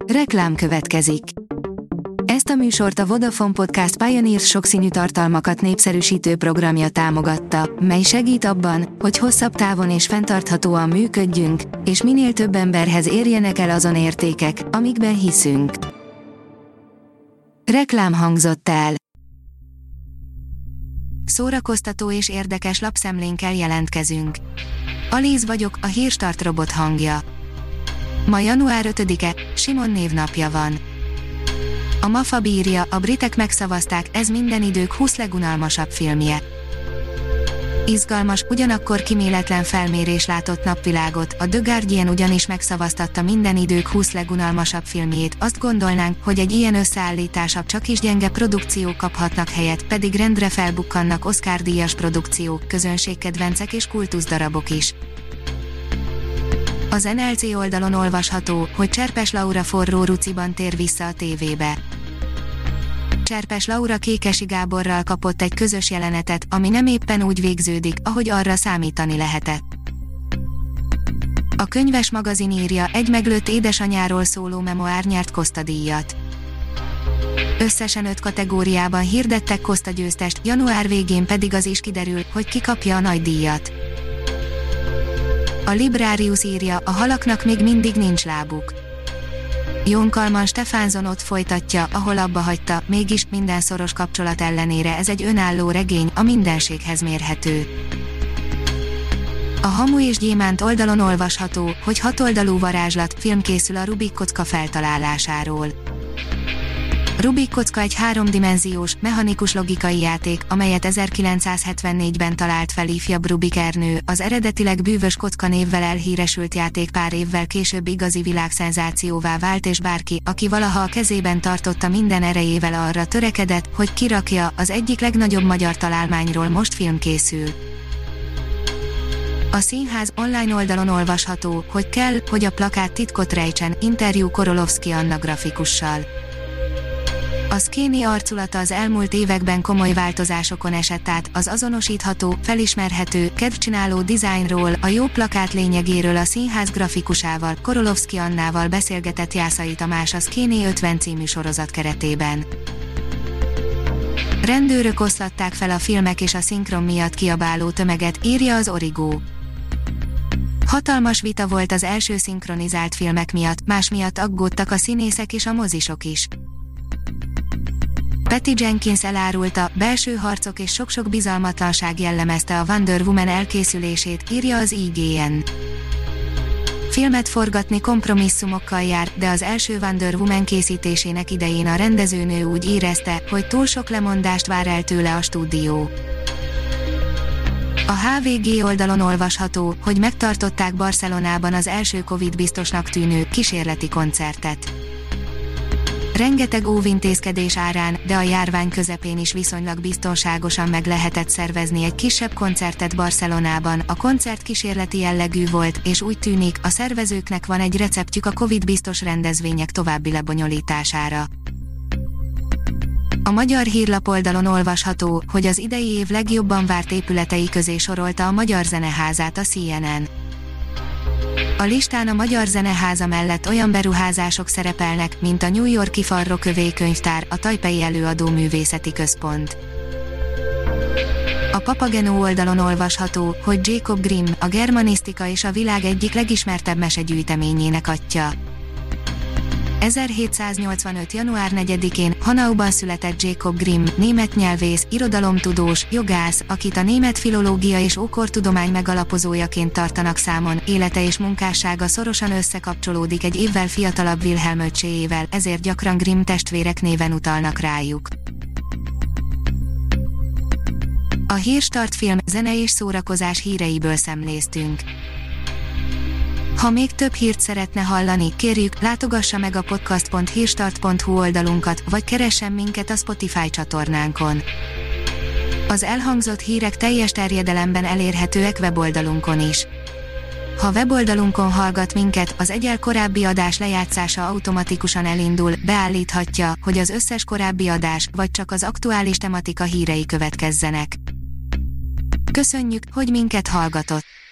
Reklám következik. Ezt a műsort a Vodafone Podcast Pioneers sokszínű tartalmakat népszerűsítő programja támogatta, mely segít abban, hogy hosszabb távon és fenntarthatóan működjünk, és minél több emberhez érjenek el azon értékek, amikben hiszünk. Reklám hangzott el. Szórakoztató és érdekes lapszemlénkkel jelentkezünk. Alíz vagyok, a Hírstart robot hangja. Ma január 5-e, Simon névnapja van. A MAFA írja, a britek megszavazták, ez minden idők 20 legunalmasabb filmje. Izgalmas, ugyanakkor kíméletlen felmérés látott napvilágot, a The Guardian ugyanis megszavaztatta minden idők 20 legunalmasabb filmjét, azt gondolnánk, hogy egy ilyen összeállításabb csakis gyenge produkciók kaphatnak helyet, pedig rendre felbukkannak Oscar-díjas produkciók, közönségkedvencek és kultuszdarabok is. Az NLC oldalon olvasható, hogy Cserpes Laura forró ruciban tér vissza a tévébe. Cserpes Laura Kékesi Gáborral kapott egy közös jelenetet, ami nem éppen úgy végződik, ahogy arra számítani lehetett. A Könyves magazin írja, egy meglőtt édesanyáról szóló memoár nyert Costa-díjat. Összesen 5 kategóriában hirdettek Costa győztest, január végén pedig az is kiderül, hogy ki kapja a nagy díjat. A Librarius írja, a halaknak még mindig nincs lábuk. Jon Kalman Stefánson ott folytatja, ahol abba hagyta, mégis minden szoros kapcsolat ellenére ez egy önálló regény, a mindenséghez mérhető. A Hamu és Gyémánt oldalon olvasható, hogy 6 oldalú varázslat, film készül a Rubik kocka feltalálásáról. Rubik kocka egy 3-dimenziós, mechanikus logikai játék, amelyet 1974-ben talált fel ifjabb Rubik Ernő, az eredetileg bűvös kocka névvel elhíresült játék pár évvel később igazi világszenzációvá vált, és bárki, aki valaha a kezében tartotta minden erejével arra törekedett, hogy kirakja, az egyik legnagyobb magyar találmányról most film készül. A Színház online oldalon olvasható, hogy kell, hogy a plakát titkot rejtsen, interjú Korolovszky Anna grafikussal. A Szkéni arculata az elmúlt években komoly változásokon esett át, az azonosítható, felismerhető, kedvcsináló dizájnról, a jó plakát lényegéről a színház grafikusával, Korolovszky Annával beszélgetett Jászai Tamás a Szkéni 50 című sorozat keretében. Rendőrök oszlatták fel a filmek és a szinkron miatt kiabáló tömeget, írja az Origo. Hatalmas vita volt az első szinkronizált filmek miatt, más miatt aggódtak a színészek és a mozisok is. Patty Jenkins elárulta, belső harcok és sok-sok bizalmatlanság jellemezte a Wonder Woman elkészülését, írja az IGN. Filmet forgatni kompromisszumokkal jár, de az első Wonder Woman készítésének idején a rendezőnő úgy érezte, hogy túl sok lemondást vár el tőle a stúdió. A HVG oldalon olvasható, hogy megtartották Barcelonában az első Covid-biztosnak tűnő, kísérleti koncertet. Rengeteg óvintézkedés árán, de a járvány közepén is viszonylag biztonságosan meg lehetett szervezni egy kisebb koncertet Barcelonában. A koncert kísérleti jellegű volt, és úgy tűnik, a szervezőknek van egy receptjük a Covid-biztos rendezvények további lebonyolítására. A Magyar Hírlap oldalon olvasható, hogy az idei év legjobban várt épületei közé sorolta a Magyar Zeneházát a CNN. A listán a Magyar Zeneháza mellett olyan beruházások szerepelnek, mint a New York-i Farrokövé könyvtár, a Tajpei Előadó Művészeti Központ. A Papageno oldalon olvasható, hogy Jacob Grimm, a germanisztika és a világ egyik legismertebb mesegyűjteményének atya. 1785. január 4-én Hanauban született Jacob Grimm, német nyelvész, irodalomtudós, jogász, akit a német filológia és ókortudomány megalapozójaként tartanak számon. Élete és munkássága szorosan összekapcsolódik egy évvel fiatalabb Wilhelm öccséjével, ezért gyakran Grimm testvérek néven utalnak rájuk. A Hírstart film, zene és szórakozás híreiből szemléztünk. Ha még több hírt szeretne hallani, kérjük, látogassa meg a podcast.hírstart.hu oldalunkat, vagy keressen minket a Spotify csatornánkon. Az elhangzott hírek teljes terjedelemben elérhetőek weboldalunkon is. Ha weboldalunkon hallgat minket, az egyel korábbi adás lejátszása automatikusan elindul, beállíthatja, hogy az összes korábbi adás, vagy csak az aktuális tematika hírei következzenek. Köszönjük, hogy minket hallgatott!